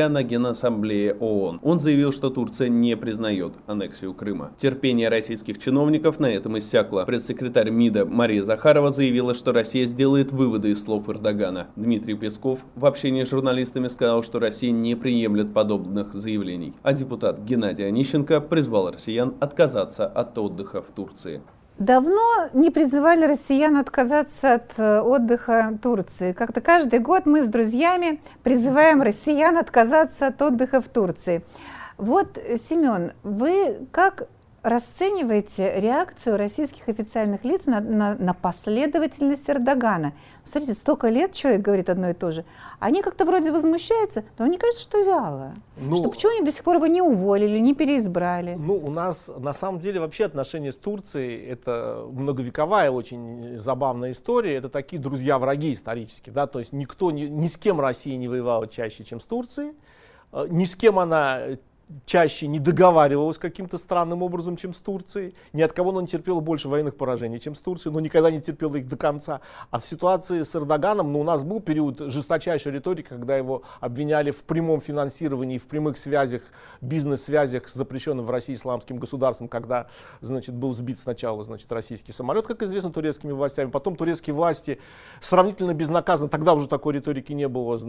сентября на Генассамблее ООН. Он заявил, что Турция не признает аннексию Крыма. Терпение российских чиновников на этом иссякло. Пресс-секретарь МИДа Мария Захарова заявила, что Россия сделает выводы из слов Эрдогана. Дмитрий Песков в общении с журналистами сказал, что Россия не приемлет подобных заявлений. А депутат Геннадий Онищенко призвал россиян отказаться от отдыха в Турции. Давно не призывали россиян отказаться от отдыха в Турции. Как-то каждый год мы с друзьями призываем россиян отказаться от отдыха в Турции. Вот, Семен, вы как расцениваете реакцию российских официальных лиц на последовательность Эрдогана? Смотрите, столько лет человек говорит одно и то же. Они как-то вроде возмущаются, но мне кажется, что вяло. Что почему они до сих пор его не уволили, не переизбрали? У нас на самом деле вообще отношения с Турцией — это многовековая, очень забавная история. Это такие друзья-враги исторически. Да? То есть никто, ни с кем Россия не воевала чаще, чем с Турцией. Ни с кем она чаще не договаривалась каким-то странным образом, чем с Турцией. Ни от кого она не терпела больше военных поражений, чем с Турцией, но никогда не терпела их до конца. А в ситуации с Эрдоганом, у нас был период жесточайшей риторики, когда его обвиняли в прямом финансировании, в прямых связях, бизнес-связях с запрещенным в России исламским государством, когда, был сбит сначала, российский самолет, как известно, турецкими властями. Потом турецкие власти сравнительно безнаказанно, тогда уже такой риторики не было,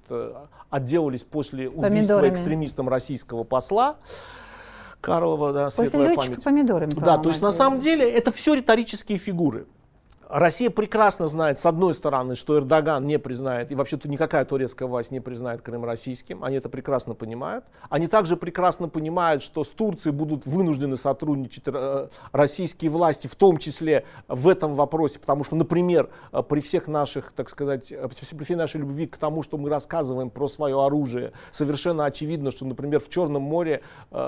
отделались после убийства экстремистом российского посла Карлова, да, светлая память. Да, то есть на самом деле это все риторические фигуры. Россия прекрасно знает, с одной стороны, что Эрдоган не признает, и вообще-то никакая турецкая власть не признает Крым российским. Они это прекрасно понимают. Они также прекрасно понимают, что с Турцией будут вынуждены сотрудничать российские власти, в том числе в этом вопросе. Потому что, например, при всех наших, при всей нашей любви к тому, что мы рассказываем про свое оружие, совершенно очевидно, что, например, в Черном море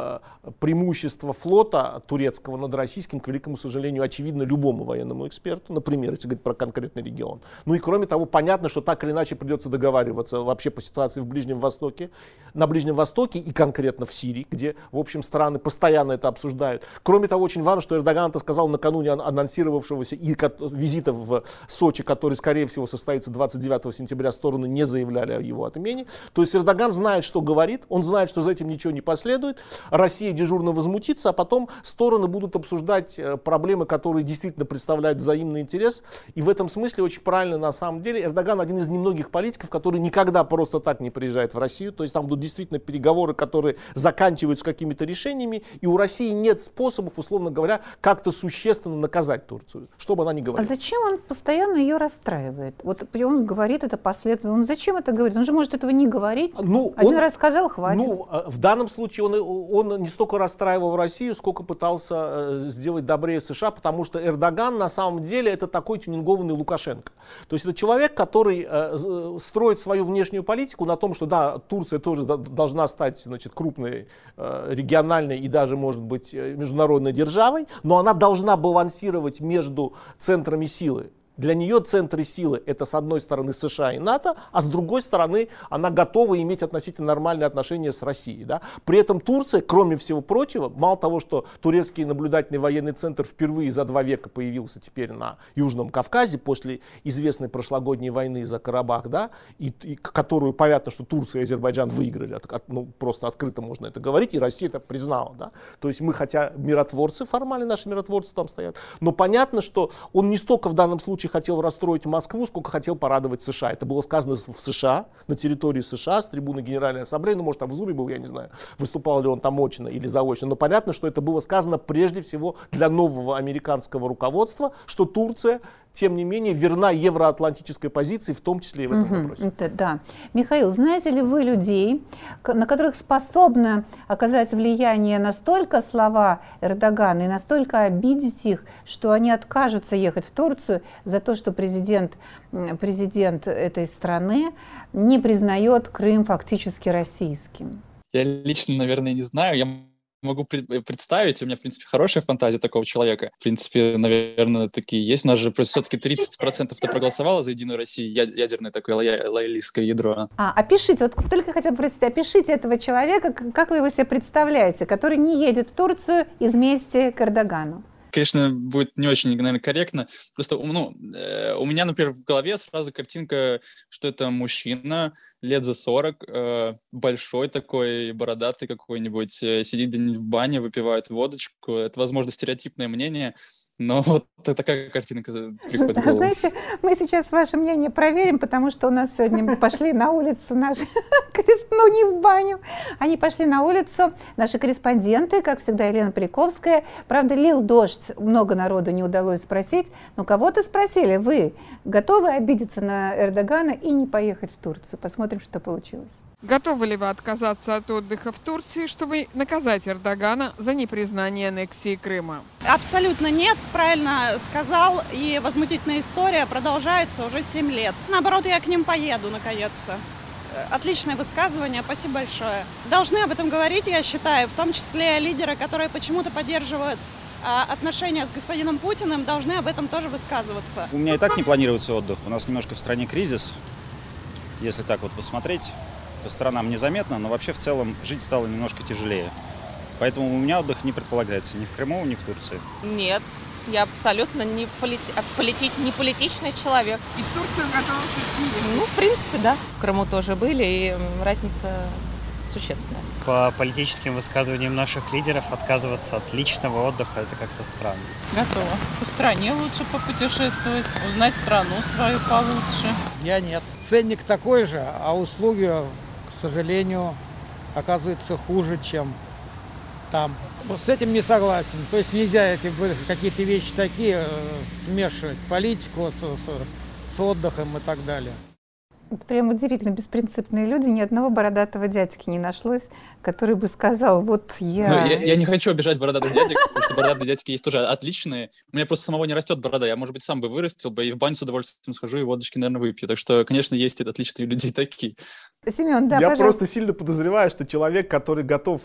преимущество флота турецкого над российским, к великому сожалению, очевидно любому военному эксперту. Например, если говорить про конкретный регион. И кроме того, понятно, что так или иначе придется договариваться вообще по ситуации в Ближнем Востоке, на Ближнем Востоке и конкретно в Сирии, где, в общем, страны постоянно это обсуждают. Кроме того, очень важно, что Эрдоган это сказал накануне анонсировавшегося визита в Сочи, который, скорее всего, состоится 29 сентября, стороны не заявляли о его отмене. То есть Эрдоган знает, что говорит, он знает, что за этим ничего не последует, Россия дежурно возмутится, а потом стороны будут обсуждать проблемы, которые действительно представляют взаимный интерес. И в этом смысле очень правильно, на самом деле, Эрдоган один из немногих политиков, который никогда просто так не приезжает в Россию. То есть там будут действительно переговоры, которые заканчиваются какими-то решениями. И у России нет способов, условно говоря, как-то существенно наказать Турцию, что бы она ни говорила. А зачем он постоянно ее расстраивает? Вот он говорит это последовательно. Он зачем это говорит? Он же может этого не говорить. Один раз сказал, хватит. В данном случае он не столько расстраивал Россию, сколько пытался сделать добрее США, потому что Эрдоган на самом деле это такой тюнингованный Лукашенко. То есть это человек, который строит свою внешнюю политику на том, что да, Турция тоже должна стать, крупной региональной и даже, может быть, международной державой, но она должна балансировать между центрами силы. Для нее центры силы — это, с одной стороны, США и НАТО, а с другой стороны, она готова иметь относительно нормальные отношения с Россией. Да? При этом Турция, кроме всего прочего, мало того, что турецкий наблюдательный военный центр впервые за 2 века появился теперь на Южном Кавказе после известной прошлогодней войны за Карабах, да, и которую, понятно, что Турция и Азербайджан выиграли, просто открыто можно это говорить, и Россия это признала. Да? То есть мы, хотя миротворцы, формально наши миротворцы там стоят, но понятно, что он не столько в данном случае хотел расстроить Москву, сколько хотел порадовать США. Это было сказано в США, на территории США, с трибуны Генеральной Ассамблеи. Может, там в Зуме был, я не знаю, выступал ли он там очно или заочно. Но понятно, что это было сказано прежде всего для нового американского руководства, что Турция, тем не менее, верна евроатлантической позиции, в том числе и в этом вопросе. Да. Михаил, знаете ли вы людей, на которых способны оказать влияние настолько слова Эрдогана и настолько обидеть их, что они откажутся ехать в Турцию за то, что президент этой страны не признает Крым фактически российским? Я лично, наверное, не знаю. Я могу представить, у меня, в принципе, хорошая фантазия такого человека. В принципе, наверное, такие есть. У нас же все-таки 30%-то проголосовало за Единую Россию, ядерное такое лоялистское ядро. Опишите, вот только хотел представить, опишите этого человека, как вы его себе представляете, который не едет в Турцию из мести к Эрдогану. Конечно, будет не очень, наверное, корректно. Просто, у меня, например, в голове сразу картинка, что это мужчина лет за 40, большой такой, бородатый какой-нибудь, сидит где-нибудь в бане, выпивает водочку. Это, возможно, стереотипное мнение, но вот такая картинка приходит в голову. Знаете, мы сейчас ваше мнение проверим, потому что у нас сегодня пошли на улицу наши, не в баню, они пошли на улицу, наши корреспонденты, как всегда, Елена Поляковская. Правда, лил дождь, много народу не удалось спросить, но кого-то спросили, вы готовы обидеться на Эрдогана и не поехать в Турцию? Посмотрим, что получилось. Готовы ли вы отказаться от отдыха в Турции, чтобы наказать Эрдогана за непризнание аннексии Крыма? Абсолютно нет, правильно сказал. И возмутительная история продолжается уже 7 лет. Наоборот, я к ним поеду наконец-то. Отличное высказывание, спасибо большое. Должны об этом говорить, я считаю, в том числе лидеры, которые почему-то поддерживают отношения с господином Путиным, должны об этом тоже высказываться. У меня и так не планируется отдых. У нас немножко в стране кризис, если так вот посмотреть. По сторонам незаметно, но вообще в целом жить стало немножко тяжелее. Поэтому у меня отдых не предполагается ни в Крыму, ни в Турции. Нет, я абсолютно не политичный человек. И в Турцию готовы все-таки? Ну, в принципе, да. В Крыму тоже были, и разница существенная. По политическим высказываниям наших лидеров отказываться от личного отдыха – это как-то странно. Готова. По стране лучше попутешествовать, узнать страну свою получше. Я нет. Ценник такой же, а услуги, к сожалению, оказываются хуже, чем там. Вот с этим не согласен. То есть нельзя какие-то вещи такие смешивать, политику с отдыхом и так далее. Прям удивительно беспринципные люди, ни одного бородатого дядьки не нашлось, который бы сказал, вот я... Я не хочу обижать бородатых дядек, потому что бородатые дядьки есть тоже отличные. У меня просто самого не растет борода, я, может быть, сам бы вырастил бы, и в баню с удовольствием схожу, и водочки, наверное, выпью. Так что, конечно, есть отличные люди такие. Семен, да, я пожалуйста. просто сильно подозреваю, что человек, который готов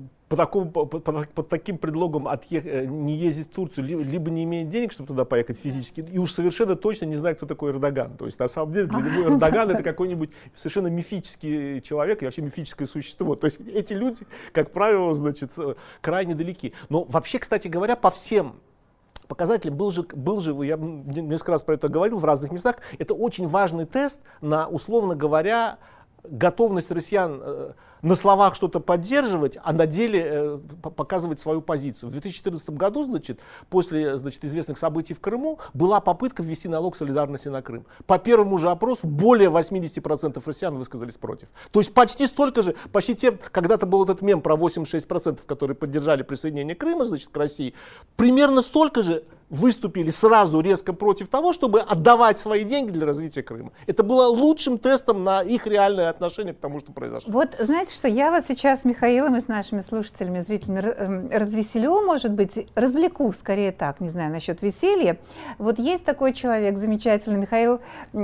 под таким предлогом не ездить в Турцию, либо не имеет денег, чтобы туда поехать физически, и уж совершенно точно не знает, кто такой Эрдоган. То есть, на самом деле, для него Эрдоган это какой-нибудь совершенно мифический человек и вообще мифическое существо. То есть, эти люди, как правило, значит, крайне далеки. Но вообще, кстати говоря, по всем показателям был же, я несколько раз про это говорил в разных местах, это очень важный тест на, условно говоря, готовность россиян на словах что-то поддерживать, а на деле показывать свою позицию. В 2014 году, после известных событий в Крыму, была попытка ввести налог солидарности на Крым. По первому же опросу более 80% россиян высказались против. То есть почти столько же, почти те, когда-то был этот мем про 86%, которые поддержали присоединение Крыма, к России, примерно столько же выступили сразу резко против того, чтобы отдавать свои деньги для развития Крыма. Это было лучшим тестом на их реальное отношение к тому, что произошло. Вот знаете что, я вас сейчас с Михаилом и с нашими слушателями, зрителями развеселю, может быть, развлеку, скорее так, не знаю, насчет веселья. Вот есть такой человек замечательный, Михаил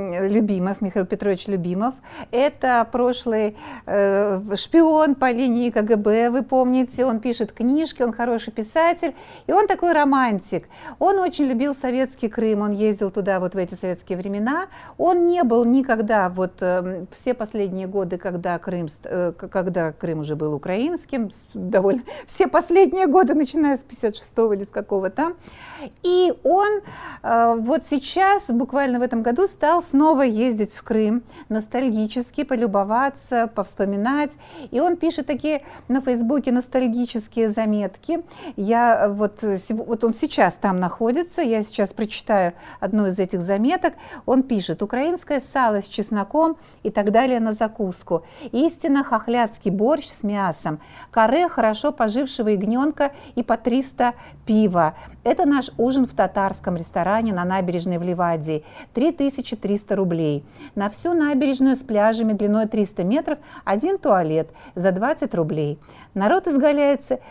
Петрович Любимов. Это прошлый шпион по линии КГБ, вы помните, он пишет книжки, он хороший писатель, и он такой романтик. Он очень любил советский Крым, он ездил туда вот в эти советские времена. Он не был никогда, все последние годы, когда Крым уже был украинским, довольно все последние годы, начиная с 56-го или с какого-то. И он вот сейчас, буквально в этом году, стал снова ездить в Крым, ностальгически полюбоваться, повспоминать. И он пишет такие на Фейсбуке ностальгические заметки. Вот он сейчас там находится, я сейчас прочитаю одну из этих заметок. Он пишет: украинское сало с чесноком и так далее на закуску. Истинно хохлядский борщ с мясом. Каре хорошо пожившего ягненка и по 300 пива. Это наш ужин в татарском ресторане на набережной в Ливадии. 3300 рублей. На всю набережную с пляжами длиной 300 метров один туалет за 20 рублей. Народ изгаляется,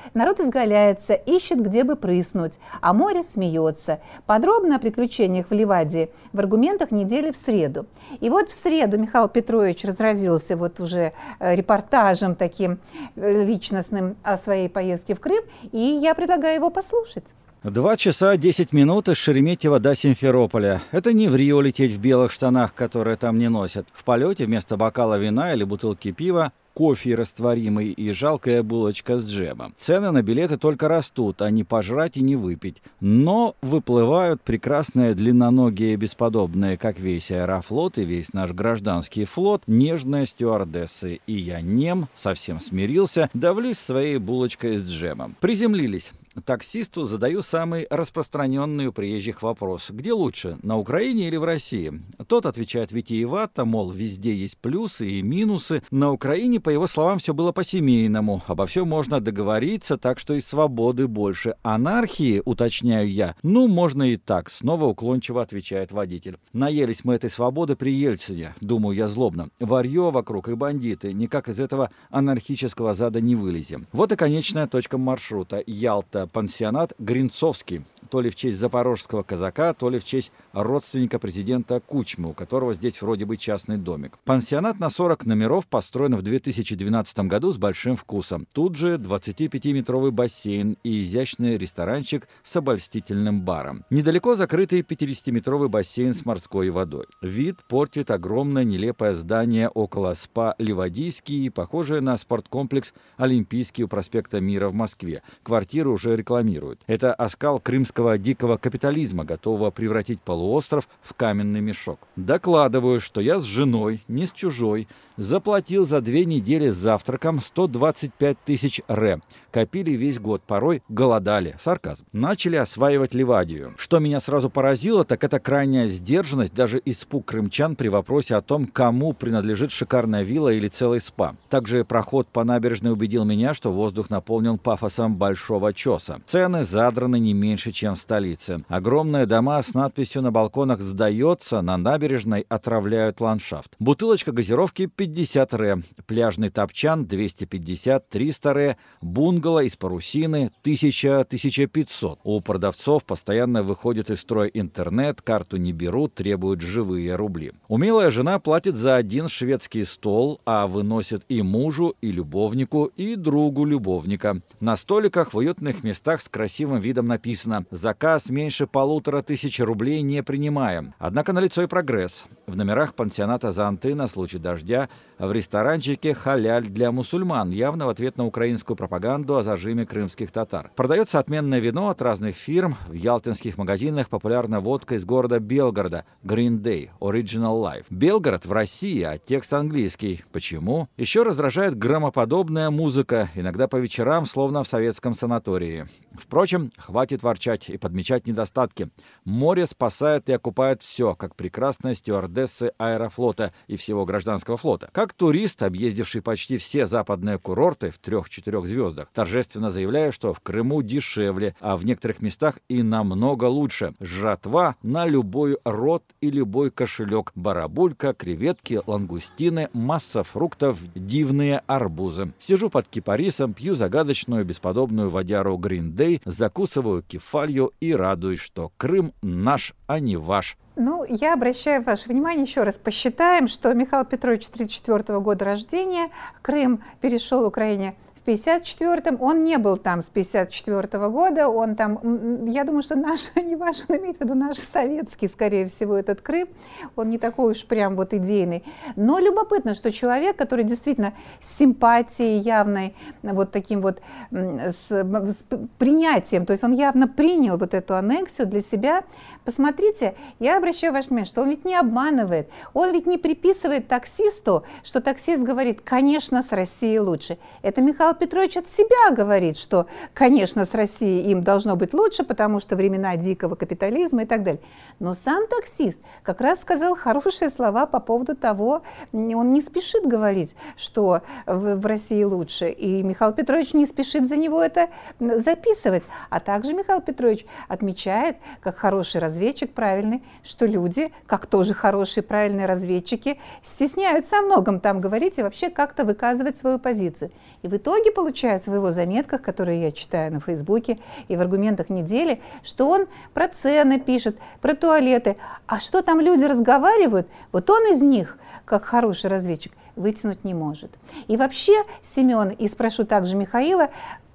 ищет, где бы прыснуть, а море смеется. Подробно о приключениях в Ливадии в аргументах недели в среду. И вот в среду Михаил Петрович разразился вот уже репортажем таким личностным о своей поездке в Крым, и я предлагаю его послушать. 2 часа 10 минут из Шереметьево до Симферополя. Это не в Рио лететь в белых штанах, которые там не носят. В полете вместо бокала вина или бутылки пива кофе растворимый и жалкая булочка с джемом. Цены на билеты только растут, а не пожрать и не выпить. Но выплывают прекрасные длинноногие бесподобные, как весь Аэрофлот и весь наш гражданский флот, нежные стюардессы. И я совсем смирился, давлюсь своей булочкой с джемом. Приземлились. Таксисту задаю самый распространенный у приезжих вопрос. Где лучше, на Украине или в России? Тот отвечает витиевато, мол, везде есть плюсы и минусы. На Украине, по его словам, все было по-семейному. Обо всем можно договориться, так что и свободы больше. Анархии, уточняю я, можно и так, снова уклончиво отвечает водитель. Наелись мы этой свободы при Ельцине, думаю я злобно. Варьё вокруг и бандиты, никак из этого анархического зада не вылезем. Вот и конечная точка маршрута. Ялта. Пансионат Гринцовский. То ли в честь запорожского казака, то ли в честь родственника президента Кучмы, у которого здесь вроде бы частный домик. Пансионат на 40 номеров построен в 2012 году с большим вкусом. Тут же 25-метровый бассейн и изящный ресторанчик с обольстительным баром. Недалеко закрытый 50-метровый бассейн с морской водой. Вид портит огромное нелепое здание около СПА «Ливадийский», похожее на спорткомплекс «Олимпийский» у проспекта Мира в Москве. Квартиры уже рекламируют. Это оскал крымского дикого капитализма, готового превратить полуостров в каменный мешок. Докладываю, что я с женой, не с чужой, заплатил за 2 недели с завтраком 125 тысяч ре. Копили весь год, порой голодали. Сарказм. Начали осваивать Ливадию. Что меня сразу поразило, так это крайняя сдержанность, даже испуг крымчан при вопросе о том, кому принадлежит шикарная вилла или целый спа. Также проход по набережной убедил меня, что воздух наполнен пафосом большого чоса. Цены задраны не меньше, чем в столице. Огромные дома с надписью на балконах «Сдается», на набережной отравляют ландшафт. Бутылочка газировки 50 ре, пляжный топчан 250-300 ре, бунгало из парусины 1000-1500. У продавцов постоянно выходит из строя интернет, карту не берут, требуют живые рубли. Умелая жена платит за один шведский стол, а выносит и мужу, и любовнику, и другу любовника. На столиках в уютных местах с красивым видом написано: заказ меньше 1500 рублей не принимаем. Однако налицо и прогресс. В номерах пансионата «Зонты» на случай дождя, в ресторанчике «Халяль» для мусульман, явно в ответ на украинскую пропаганду о зажиме крымских татар. Продается отменное вино от разных фирм. В ялтинских магазинах популярна водка из города Белгорода Green Day Original Life. Белгород в России, а текст английский. Почему? Еще раздражает громоподобная музыка, иногда по вечерам, словно в советском санатории. Впрочем, хватит ворчать и подмечать недостатки. Море спасает и окупает все, как прекрасные стюардессы Аэрофлота и всего гражданского флота. Как турист, объездивший почти все западные курорты в 3-4 звездах, торжественно заявляю, что в Крыму дешевле, а в некоторых местах и намного лучше. Жратва на любой рот и любой кошелек. Барабулька, креветки, лангустины, масса фруктов, дивные арбузы. Сижу под кипарисом, пью загадочную бесподобную водяру Green Day, закусываю кефалью и радуюсь, что Крым наш, а не ваш. Я обращаю ваше внимание, еще раз посчитаем, что Михаил Петрович 1934 года рождения, Крым перешел Украине в 1954-м, он не был там с 1954 года, он там, я думаю, что наш, не ваш, он имеет в виду наш советский, скорее всего, этот Крым, он не такой уж прям вот идейный. Но любопытно, что человек, который действительно с симпатией явной, вот таким вот с принятием, то есть он явно принял вот эту аннексию для себя. Посмотрите, я обращаю ваше внимание, что он ведь не обманывает, он ведь не приписывает таксисту, что таксист говорит: конечно, с Россией лучше. Это Михаил Петрович от себя говорит, что, конечно, с Россией им должно быть лучше, потому что времена дикого капитализма и так далее. Но сам таксист как раз сказал хорошие слова по поводу того, он не спешит говорить, что в России лучше, и Михаил Петрович не спешит за него это записывать. А также Михаил Петрович отмечает, как хороший разведчик правильный, что люди, как тоже хорошие правильные разведчики, стесняются о многом там говорить и вообще как-то выказывать свою позицию. И в итоге получается в его заметках, которые я читаю на Фейсбуке и в аргументах недели, что он про цены пишет, про туалеты. А что там люди разговаривают, вот он из них, как хороший разведчик, вытянуть не может. И вообще, Семен, и спрошу также Михаила,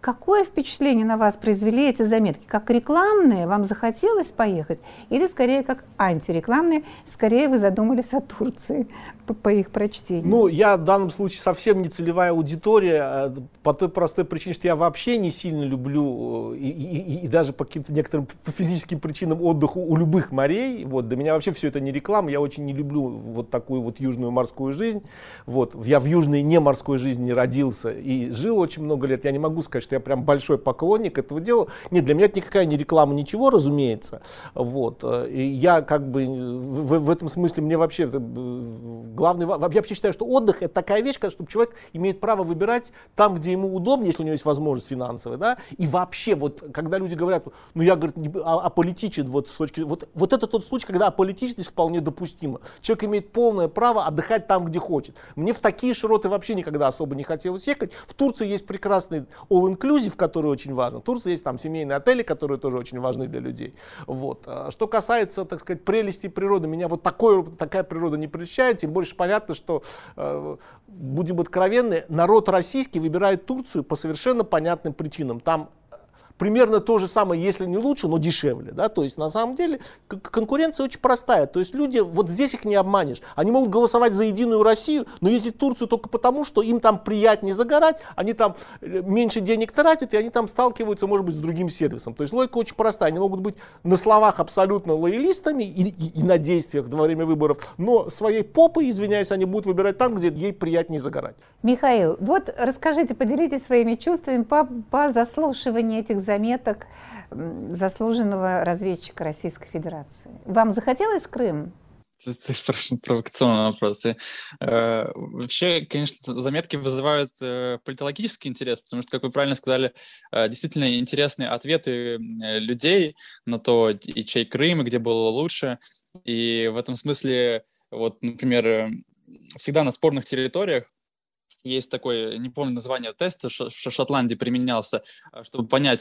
Какое впечатление на вас произвели эти заметки? Как рекламные, вам захотелось поехать? Или скорее как антирекламные, скорее вы задумались о Турции по их прочтению? Ну, я в данном случае совсем не целевая аудитория, по той простой причине, что я вообще не сильно люблю, и даже по каким-то некоторым физическим причинам отдых у любых морей. Вот, для меня вообще все это не реклама, я очень не люблю вот такую вот южную морскую жизнь. Вот, я в южной не морской жизни родился и жил очень много лет. Я не могу сказать, что я прям большой поклонник этого дела. Нет, для меня это никакая не реклама, ничего, разумеется. Вот. И я как бы в этом смысле мне вообще главный, я вообще считаю, что отдых это такая вещь, чтобы человек имеет право выбирать там, где ему удобнее, если у него есть возможность финансовая, да. И вообще вот, когда люди говорят, ну я, говорит, аполитичен, вот с точки, вот это тот случай, когда аполитичность вполне допустима. Человек имеет полное право отдыхать там, где хочет. Мне в такие широты вообще никогда особо не хотелось ехать. В Турции есть прекрасный all-inclusive, который очень важен. В Турции есть там семейные отели, которые тоже очень важны для людей. Вот. Что касается, так сказать, прелести природы, меня вот такая природа не прельщает, тем больше понятно, что, будем откровенны, народ российский выбирает Турцию по совершенно понятным причинам. Там примерно то же самое, если не лучше, но дешевле. Да? То есть на самом деле конкуренция очень простая. То есть люди, вот здесь их не обманешь. Они могут голосовать за Единую Россию, но ездить в Турцию только потому, что им там приятнее загорать, они там меньше денег тратят, и они там сталкиваются, может быть, с другим сервисом. То есть логика очень простая. Они могут быть на словах абсолютно лоялистами и на действиях во время выборов, но своей попой, извиняюсь, они будут выбирать там, где ей приятнее загорать. Михаил, вот расскажите, поделитесь своими чувствами по заслушиванию этих заметок заслуженного разведчика Российской Федерации. Вам захотелось Крым? Ты спрашиваешь провокационные вопросы. Вообще, конечно, заметки вызывают политологический интерес, потому что, как вы правильно сказали, действительно интересные ответы людей на то, и чей Крым, и где было лучше. И в этом смысле, вот, например, всегда на спорных территориях есть такой, не помню название теста, в Шотландии применялся, чтобы понять,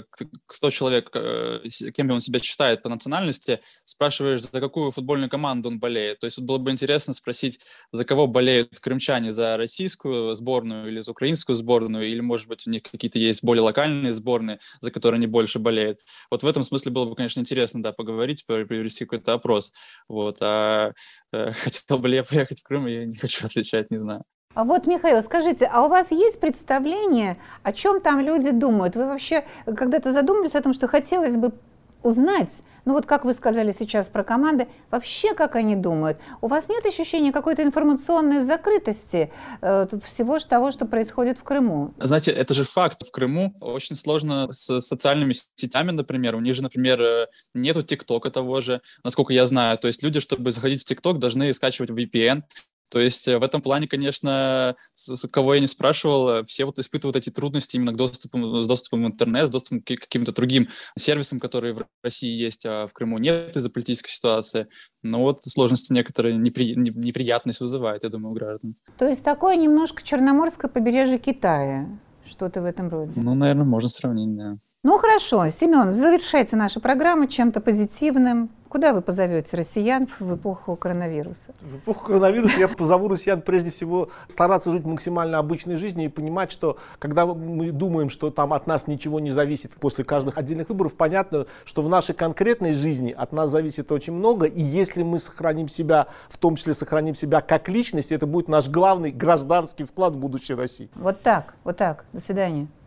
кто человек, кем он себя считает по национальности, спрашиваешь, за какую футбольную команду он болеет. То есть вот было бы интересно спросить, за кого болеют крымчане, за российскую сборную или за украинскую сборную, или, может быть, у них какие-то есть более локальные сборные, за которые они больше болеют. Вот в этом смысле было бы, конечно, интересно, да, поговорить, провести какой-то опрос. Вот. А хотел бы ли я поехать в Крым, я не хочу отвечать, не знаю. А вот, Михаил, скажите, а у вас есть представление, о чем там люди думают? Вы вообще когда-то задумывались о том, что хотелось бы узнать, ну вот как вы сказали сейчас про команды, вообще как они думают? У вас нет ощущения какой-то информационной закрытости всего того, что происходит в Крыму? Знаете, это же факт. В Крыму очень сложно с социальными сетями, например. У них же, например, нету ТикТока того же, насколько я знаю. То есть люди, чтобы заходить в ТикТок, должны скачивать VPN. То есть в этом плане, конечно, с кого я не спрашивал, все вот испытывают эти трудности именно с доступом в интернет, с доступом к каким-то другим сервисам, которые в России есть, а в Крыму нет из-за политической ситуации. Но вот сложности некоторые, неприятность вызывает, я думаю, у граждан. То есть такое немножко черноморское побережье Китая, что-то в этом роде? Ну, наверное, можно сравнить, да. Ну хорошо, Семен, завершайте нашу программу чем-то позитивным. Куда вы позовете россиян в эпоху коронавируса? В эпоху коронавируса я позову россиян прежде всего стараться жить максимально обычной жизнью и понимать, что когда мы думаем, что там от нас ничего не зависит после каждых отдельных выборов, понятно, что в нашей конкретной жизни от нас зависит очень много, и если мы сохраним себя, в том числе сохраним себя как личность, это будет наш главный гражданский вклад в будущее России. Вот так, до свидания.